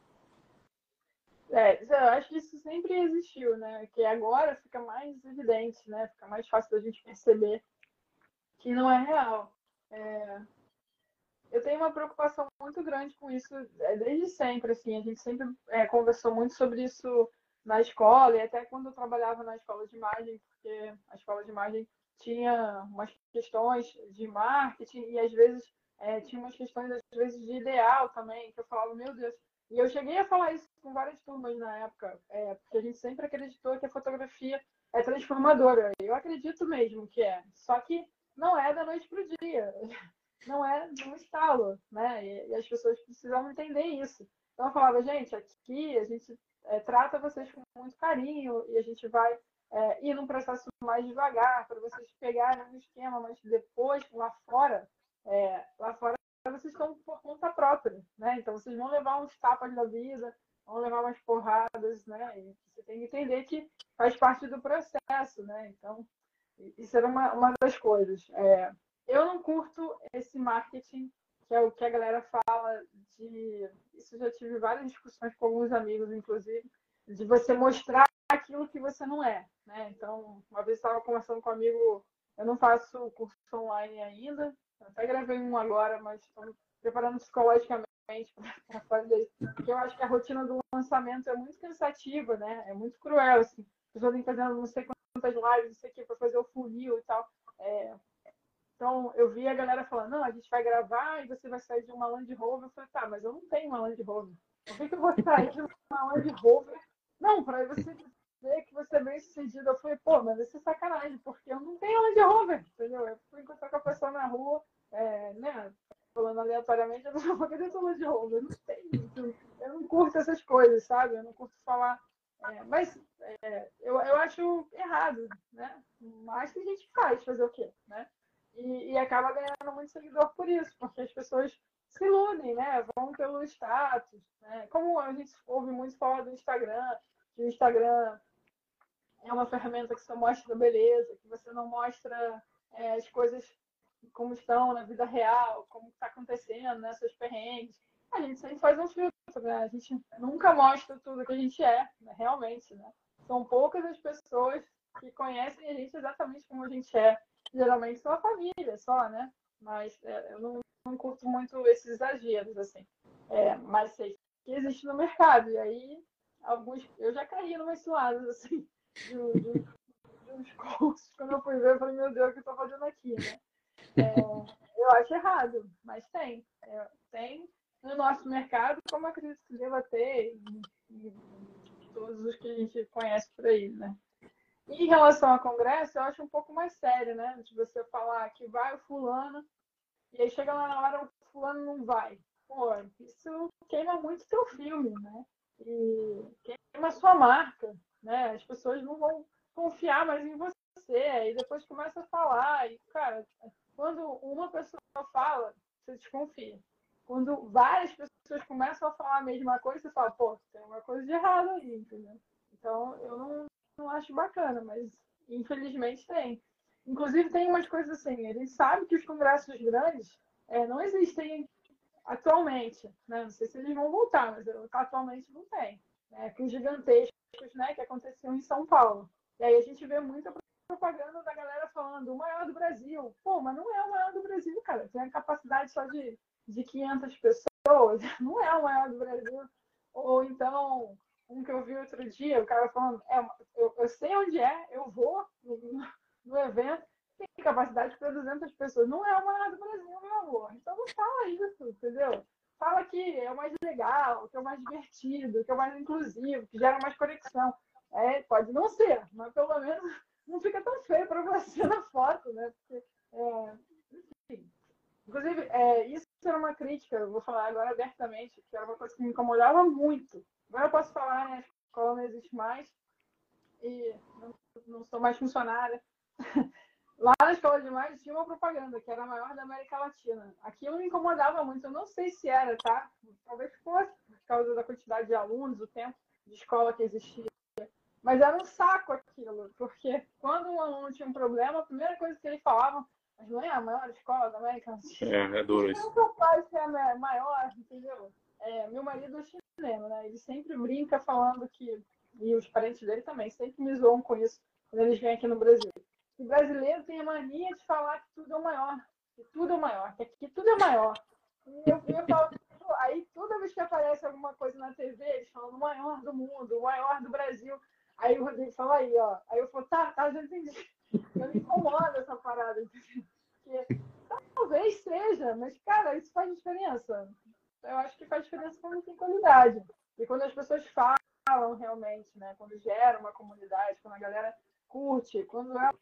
Eu acho que isso sempre existiu, né? Que agora fica mais evidente, né? Fica mais fácil da gente perceber que não é real. Eu tenho uma preocupação muito grande com isso desde sempre, assim. A gente sempre conversou muito sobre isso na escola e até quando eu trabalhava na escola de imagem, porque a escola de imagem tinha umas questões de marketing e às vezes tinha umas questões às vezes de ideal também, que eu falava, meu Deus. E eu cheguei a falar isso com várias turmas na época, porque a gente sempre acreditou que a fotografia é transformadora. Eu acredito mesmo que é, só que não é da noite para o dia. Não é de um estalo, né? E as pessoas precisam entender isso. Então eu falava, gente, aqui a gente trata vocês com muito carinho e a gente vai ir num processo mais devagar para vocês pegarem um esquema, mas depois lá fora vocês estão por conta própria, né? Então vocês vão levar uns tapas da vida, vão levar umas porradas, né? E você tem que entender que faz parte do processo, né? Então isso era uma das coisas. Eu não curto esse marketing, que é o que a galera fala de. Isso eu já tive várias discussões com alguns amigos, inclusive, de você mostrar aquilo que você não é. Né? Então, uma vez eu estava conversando com um amigo, eu não faço curso online ainda, eu até gravei um agora, mas estou me preparando psicologicamente para fazer. Porque eu acho que a rotina do lançamento é muito cansativa, né? É muito cruel. Assim. A pessoa tem que fazer não sei quantas lives, não sei o que, para fazer o funil e tal. Então, eu vi a galera falando, não, a gente vai gravar e você vai sair de uma Land Rover. Eu falei, tá, mas eu não tenho uma Land Rover. Por que eu vou sair de uma Land Rover? Não, para você dizer que você é bem sucedido. Eu falei, pô, mas isso é sacanagem, porque eu não tenho Land Rover, entendeu? Eu fui encontrar com a pessoa na rua, né, falando aleatoriamente, eu falei, cadê tua Land Rover? Eu não tenho, eu não curto essas coisas, sabe? Eu não curto falar... mas eu acho errado, né? Mas que a gente faz, fazer o quê, né? E acaba ganhando muito seguidor por isso, porque as pessoas se iludem, né? Vão pelo status, né? Como a gente ouve muito falar do Instagram, que o Instagram é uma ferramenta que só mostra beleza, que você não mostra as coisas como estão na vida real, como está acontecendo, né? Seus perrengues. A gente sempre faz um filtro, né? A gente nunca mostra tudo que a gente é, né? Realmente, né? São poucas as pessoas que conhecem a gente exatamente como a gente é. Geralmente são a família só, né? Mas eu não curto muito esses exageros, assim. Mas sei que existe no mercado. E aí eu já caí em umas ciladas, assim, de uns cursos. Quando eu fui ver, eu falei, meu Deus, o que eu tô fazendo aqui, né? Eu acho errado, mas tem. Tem no nosso mercado, como eu acredito que deva ter em todos os que a gente conhece por aí, né? E em relação ao congresso, eu acho um pouco mais sério, né? De você falar que vai o fulano, e aí chega lá na hora, o fulano não vai. Pô, isso queima muito teu filme, né? E queima a sua marca, né? As pessoas não vão confiar mais em você, aí depois começa a falar, e, cara, quando uma pessoa fala, você desconfia. Quando várias pessoas começam a falar a mesma coisa, você fala, pô, tem uma coisa de errado aí, entendeu? Então, eu não acho bacana, mas infelizmente tem. Inclusive, tem umas coisas assim, a gente sabe que os congressos grandes não existem atualmente, né? Não sei se eles vão voltar, mas atualmente não tem. Que os gigantescos, né, que aconteciam em São Paulo. E aí a gente vê muita propaganda da galera falando o maior do Brasil. Pô, mas não é o maior do Brasil, cara. Tem a capacidade só de 500 pessoas. Não é o maior do Brasil. Ou então, um que eu vi outro dia, o cara falando, eu sei onde é, eu vou no evento, tem capacidade para 200 pessoas. Não é o maior do Brasil, meu amor. Então não fala isso, entendeu? Fala que é o mais legal, que é o mais divertido, que é o mais inclusivo, que gera mais conexão. Pode não ser, mas pelo menos não fica tão feio para você na foto, né? Porque, enfim. Inclusive, isso era uma crítica, eu vou falar agora abertamente, que era uma coisa que me incomodava muito. Agora eu posso falar, né? A escola não existe mais e não sou mais funcionária. Lá na escola de imagem tinha uma propaganda que era a maior da América Latina. Aquilo me incomodava muito, eu não sei se era, tá? Talvez fosse, por causa da quantidade de alunos, o tempo de escola que existia. Mas era um saco aquilo, porque quando um aluno tinha um problema, a primeira coisa que ele falava, mas não é a maior escola da América Latina. É duro isso. Não faz ser a maior, entendeu? Meu marido é chileno, né? Ele sempre brinca falando que, e os parentes dele também, sempre me zoam com isso, quando eles vêm aqui no Brasil. O brasileiro tem a mania de falar que tudo é o maior, que tudo é o maior, que aqui tudo é maior. E eu falo, aí toda vez que aparece alguma coisa na TV, eles falam o maior do mundo, o maior do Brasil. Aí o Rodrigo fala aí, ó. Aí eu falo, tá, já entendi. Eu me incomodo essa parada, entendeu? Porque talvez seja, mas, cara, isso faz diferença. Eu acho que faz diferença quando tem qualidade. E quando as pessoas falam realmente, né? Quando gera uma comunidade, quando a galera curte, quando é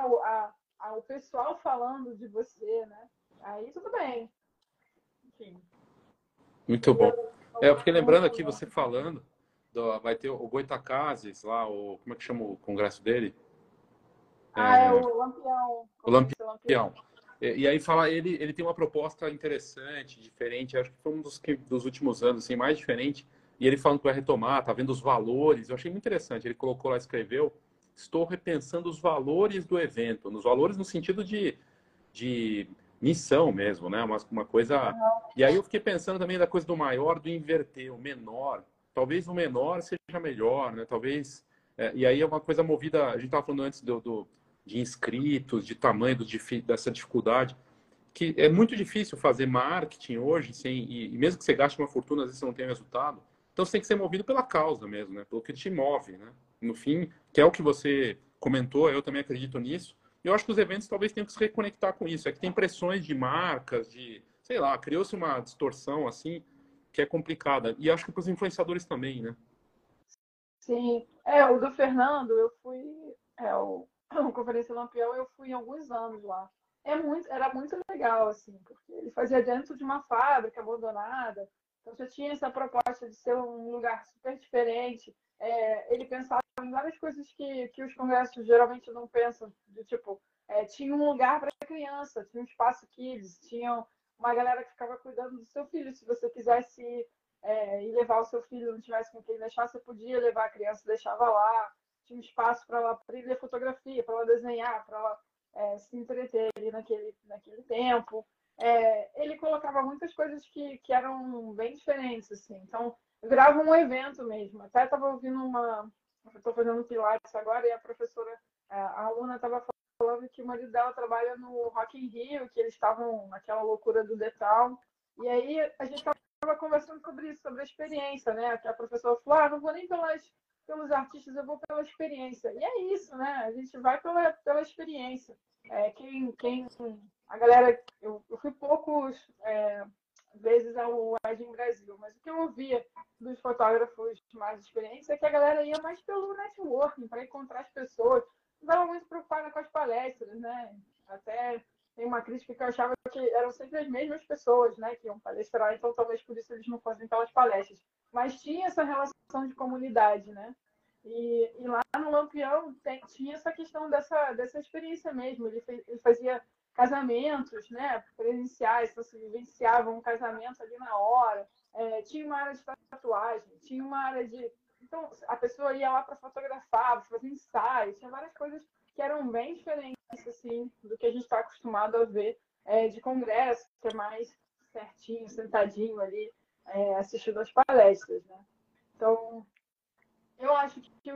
o pessoal falando de você, né? Aí tudo bem. Enfim. Muito bom. Porque lembrando aqui, você falando, vai ter o Goitacazes lá, como é que chama o congresso dele? É o Lampião. O Lampião. E aí fala, ele tem uma proposta interessante, diferente, acho que foi um dos últimos anos, assim, mais diferente. E ele falando que vai retomar, tá vendo os valores, eu achei muito interessante. Ele colocou lá, escreveu, estou repensando os valores do evento, nos valores no sentido de missão mesmo, né? Uma coisa. E aí eu fiquei pensando também da coisa do maior, do inverter, o menor. Talvez o menor seja melhor, né? Talvez. E aí é uma coisa movida. A gente estava falando antes de inscritos, de tamanho dessa dificuldade, que é muito difícil fazer marketing hoje, e mesmo que você gaste uma fortuna, às vezes você não tem resultado. Então você tem que ser movido pela causa mesmo, né? Pelo que te move, né? No fim, que é o que você comentou, eu também acredito nisso. Eu acho que os eventos talvez tenham que se reconectar com isso. É que tem pressões de marcas, sei lá, criou-se uma distorção assim que é complicada. E acho que para os influenciadores também, né? Sim. O do Fernando, eu fui. O Conferência Lampião, eu fui em alguns anos lá. Era muito legal, assim, porque ele fazia dentro de uma fábrica abandonada. Então já tinha essa proposta de ser um lugar super diferente. Ele pensava em várias coisas que os congressos geralmente não pensam, de tipo, tinha um lugar para criança, tinha um espaço kids, tinha uma galera que ficava cuidando do seu filho, se você quisesse ir levar o seu filho, não tivesse com quem deixar, você podia levar a criança, deixava lá, tinha um espaço para ela aprender fotografia, para ela desenhar, para ela se entreter ali naquele tempo. Ele colocava muitas coisas que eram bem diferentes, assim. Então, virava um evento mesmo. Até estava ouvindo eu estou fazendo Pilates agora e a professora, a aluna estava falando que o marido dela trabalha no Rock in Rio, que eles estavam naquela loucura do Detal. E aí a gente estava conversando sobre isso, sobre a experiência, né? Que a professora falou, não vou nem pelas pelos artistas, eu vou pela experiência. E é isso, né? A gente vai pela experiência. A galera, eu fui poucos vezes ao Agem Brasil, mas o que eu ouvia dos fotógrafos mais experientes é que a galera ia mais pelo networking, para encontrar as pessoas. Não estava muito preocupada com as palestras, né? Até tem uma crítica que eu achava que eram sempre as mesmas pessoas, né, que iam palestrar, então talvez por isso eles não fossem pelas palestras. Mas tinha essa relação de comunidade, né? E lá no Lampião tinha essa questão dessa experiência mesmo. Ele fazia casamentos, né, presenciais, então se vivenciava um casamento ali na hora. Tinha uma área de tatuagem, tinha uma área de... Então, a pessoa ia lá para fotografar, fazer ensaios, tinha várias coisas que eram bem diferentes assim, do que a gente está acostumado a ver de congresso, que é mais certinho, sentadinho ali, assistindo as palestras, né? Então, eu acho que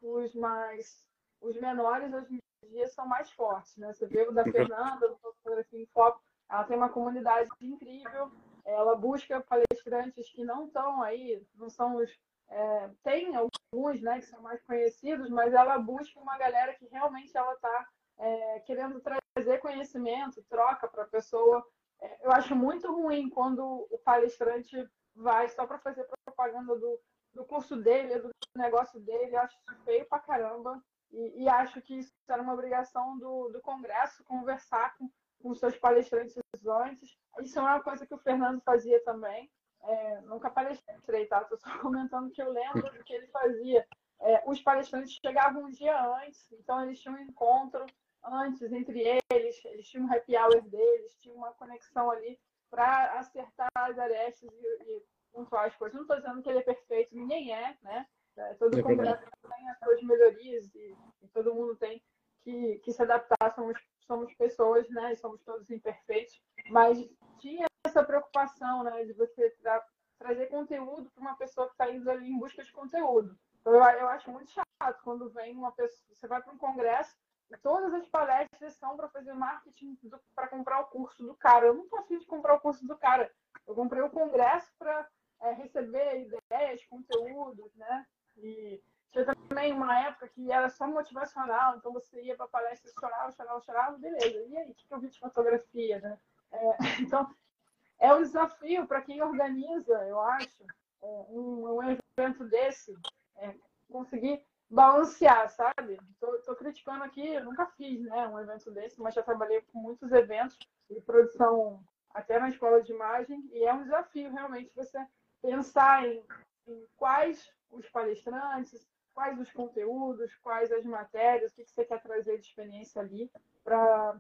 os menores hoje em dia são mais fortes, né? Você vê o da Fernanda, do Fotografia em Foco, ela tem uma comunidade incrível, ela busca palestrantes que não estão aí, não são os... tem alguns, né, que são mais conhecidos, mas ela busca uma galera que realmente ela está querendo trazer conhecimento, troca para a pessoa. Eu acho muito ruim quando o palestrante vai só para fazer propaganda do curso dele, do negócio dele. Eu acho isso feio pra caramba. E acho que isso era uma obrigação do Congresso conversar com os seus palestrantes antes. Isso é uma coisa que o Fernando fazia também. Nunca palestrei, tá? Estou só comentando que eu lembro do que ele fazia. Os palestrantes chegavam um dia antes, então eles tinham um encontro antes entre eles tinham um happy hour deles, tinha uma conexão ali para acertar as arestas e pontuar as coisas. Não estou dizendo que ele é perfeito, ninguém é, né? Todo congresso tem as suas melhorias e todo mundo tem que se adaptar. Somos pessoas, né? E somos todos imperfeitos, mas tinha essa preocupação, né? De você trazer conteúdo para uma pessoa que está indo ali em busca de conteúdo. Então, eu acho muito chato quando vem uma pessoa, você vai para um congresso e todas as palestras são para fazer marketing para comprar o curso do cara. Eu não estou afim de comprar o curso do cara. Eu comprei o congresso para receber ideias, conteúdos, né? E tinha também uma época que era só motivacional, então você ia para a palestra e chorava, beleza. E aí, o que eu vi de fotografia, né? Então, é um desafio para quem organiza, eu acho, um evento desse, conseguir balancear, sabe? Tô criticando aqui, eu nunca fiz, né, um evento desse, mas já trabalhei com muitos eventos de produção até na escola de imagem, e é um desafio realmente você pensar em quais os palestrantes, quais os conteúdos, quais as matérias, o que você quer trazer de experiência ali para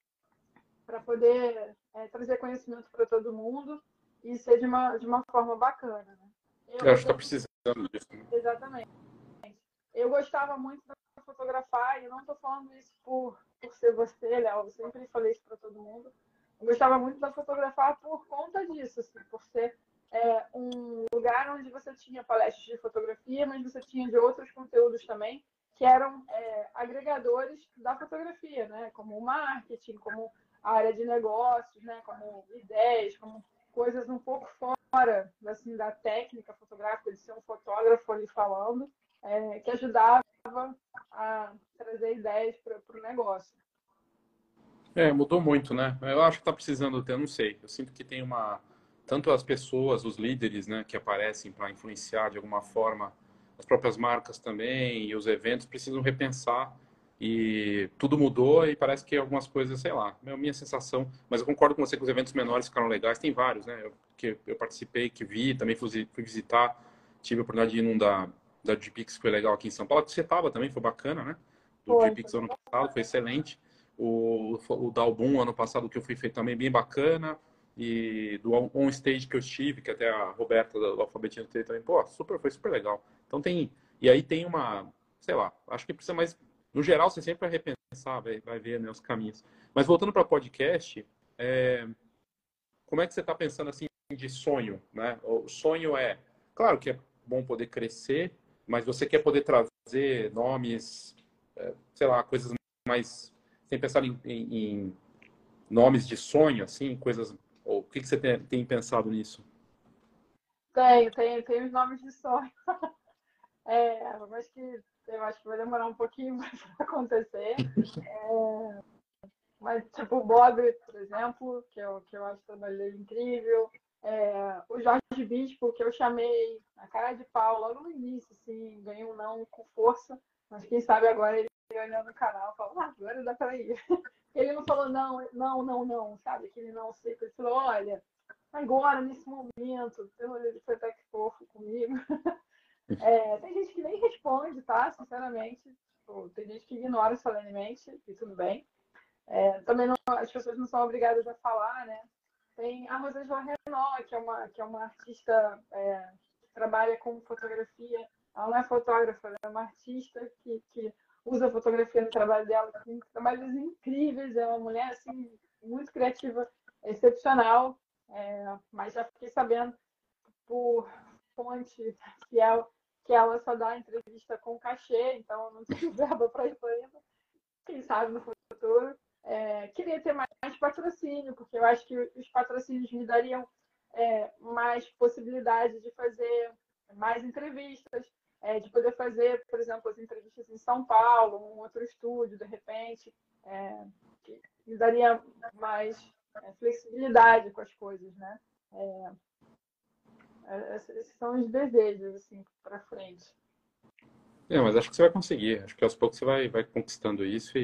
poder trazer conhecimento para todo mundo e ser de uma forma bacana. Né? Eu acho que está precisando disso. Exatamente. Eu gostava muito de fotografar, e eu não estou falando isso por ser você, Léo, eu sempre falei isso para todo mundo. Eu gostava muito de fotografar por conta disso, assim, por ser um lugar onde você tinha palestras de fotografia, mas você tinha de outros conteúdos também, que eram agregadores da fotografia, né? Como o marketing, como a área de negócios, né? Como ideias, como coisas um pouco fora assim, da técnica fotográfica, de ser um fotógrafo ali falando, que ajudava a trazer ideias para o negócio. Mudou muito, né? Eu acho que está precisando ter, eu não sei. Eu sinto que tem tanto as pessoas, os líderes, né, que aparecem para influenciar de alguma forma, as próprias marcas também e os eventos precisam repensar. E tudo mudou e parece que algumas coisas, sei lá, é a minha sensação. Mas eu concordo com você que os eventos menores ficaram legais. Tem vários, né? Eu participei, que vi, também fui visitar. Tive a oportunidade de ir num da GPix, que foi legal aqui em São Paulo. Que você estava também, foi bacana, né? Do GPix ano passado, foi excelente. O Dalboom, ano passado, que eu fui feito também, bem bacana. E do On Stage que eu estive, que até a Roberta do Alfabetismo teve também, pô, foi super legal. Então e aí tem sei lá, acho que precisa mais, no geral, você sempre vai repensar, vai ver, né, os caminhos. Mas voltando para podcast, como é que você está pensando assim de sonho, né? O sonho claro que é bom poder crescer, mas você quer poder trazer nomes, sei lá, coisas mais, sem pensar em nomes de sonho, assim, coisas, ou o que você tem pensado nisso? Tem os nomes de sonho. Eu acho que vai demorar um pouquinho para acontecer. Mas, tipo, o Bob, por exemplo, que eu acho o trabalho dele incrível. O Jorge Bispo, que eu chamei a cara de pau logo no início, assim, ganhei um não com força. Mas quem sabe agora ele olhando no canal fala, agora dá para ir. Ele não falou não, não, não, não, sabe? Aquele não seco. Ele falou, olha, agora, nesse momento, ele foi até que fofo comigo. Tem gente que nem responde, tá? Sinceramente. Tipo, tem gente que ignora solenemente, e tudo bem. Também as pessoas não são obrigadas a falar, né? Tem a Rosângela Renault, que é uma artista que trabalha com fotografia. Ela não é fotógrafa, ela é uma artista que usa fotografia no trabalho dela, tem trabalhos incríveis, é uma mulher assim, muito criativa, excepcional, mas já fiquei sabendo por fonte fiel que ela só dá entrevista com cachê, então não tenho verba para isso ainda, quem sabe no futuro. Queria ter mais patrocínio, porque eu acho que os patrocínios me dariam mais possibilidade de fazer mais entrevistas, de poder fazer, por exemplo, as entrevistas em São Paulo, um outro estúdio, de repente, que me daria mais flexibilidade com as coisas, né? Esses são os desejos, assim, para frente. Mas acho que você vai conseguir. Acho que aos poucos você vai conquistando isso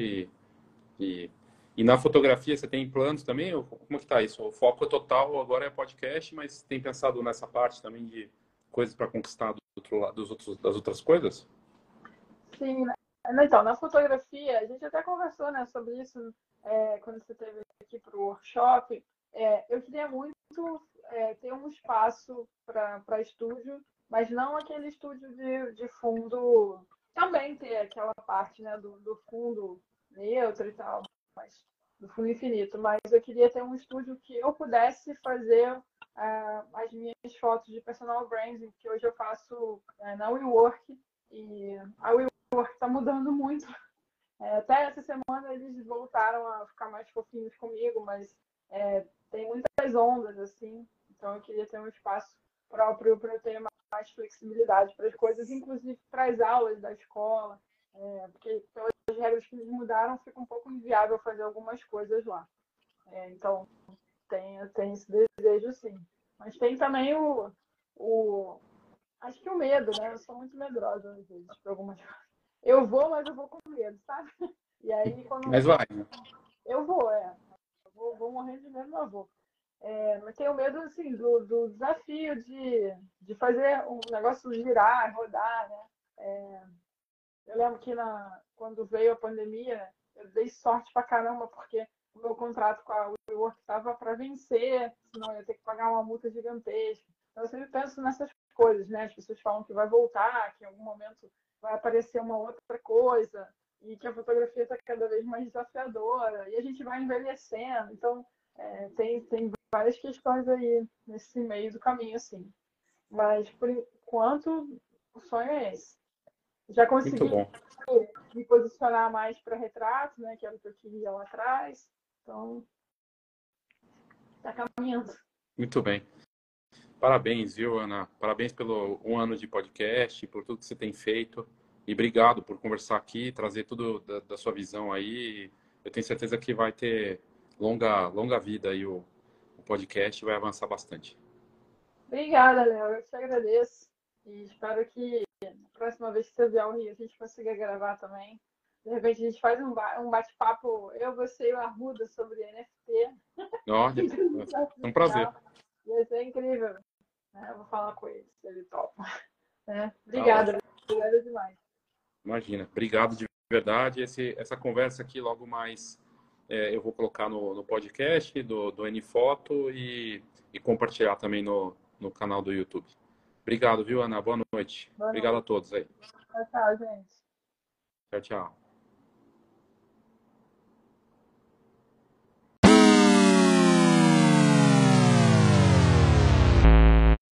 e na fotografia você tem planos também? Ou como que tá isso? O foco total agora é podcast, mas tem pensado nessa parte também de coisas para conquistar do outro lado, das outras coisas? Sim, né? Então, na fotografia, a gente até conversou, né, sobre isso quando você esteve aqui para o workshop. Eu queria muito ter um espaço para estúdio, mas não aquele estúdio de fundo. Também ter aquela parte, né, do fundo neutro e tal, mas do fundo infinito. Mas eu queria ter um estúdio que eu pudesse fazer as minhas fotos de personal branding, que hoje eu faço na WeWork. E a WeWork está mudando muito. Até essa semana eles voltaram a ficar mais fofinhos comigo, mas tem muitas ondas, assim. Então eu queria ter um espaço próprio para eu ter mais flexibilidade para as coisas, inclusive para as aulas da escola, porque pelas regras que eles mudaram, fica um pouco inviável fazer algumas coisas lá. Então tem esse desejo, sim. Mas tem também acho que o medo, né? Eu sou muito medrosa às vezes por algumas coisas. Eu vou, mas eu vou com medo, sabe? E aí, Mas vai, né? eu vou, vou morrer de medo, mas eu vou. Mas tenho medo, assim, do desafio de fazer um negócio girar, rodar, né? Eu lembro que quando veio a pandemia, eu dei sorte pra caramba, porque o meu contrato com a WeWork estava para vencer, senão eu ia ter que pagar uma multa gigantesca. Então, eu sempre penso nessas coisas, né? As pessoas falam que vai voltar, que em algum momento vai aparecer uma outra coisa, e que a fotografia está cada vez mais desafiadora, e a gente vai envelhecendo. Então, tem várias questões aí nesse meio do caminho, assim. Mas, por enquanto, o sonho é esse. Já Muito consegui bom. me posicionar mais para retrato, né? Que era o que eu queria lá atrás. Então, está caminhando. Muito bem. Parabéns, viu, Ana? Parabéns pelo 1 ano de podcast, por tudo que você tem feito. E obrigado por conversar aqui, trazer tudo da sua visão aí. Eu tenho certeza que vai ter longa vida aí o podcast, vai avançar bastante. Obrigada, Léo. Eu te agradeço. E espero que na próxima vez que você vier ao Rio, a gente consiga gravar também. De repente, a gente faz um bate-papo, eu, você e o Arruda, sobre NFT. Olha, é um prazer. Ia ser incrível. Eu vou falar com ele, se ele topa. Tá Obrigada, ótimo. obrigada demais. Imagina. Obrigado de verdade. Essa conversa aqui, logo mais, eu vou colocar no podcast do NFoto e compartilhar também no canal do YouTube. Obrigado, viu, Ana? Boa noite. Boa Obrigado a noite. todos aí. Tchau, tchau, gente. Tchau, tchau.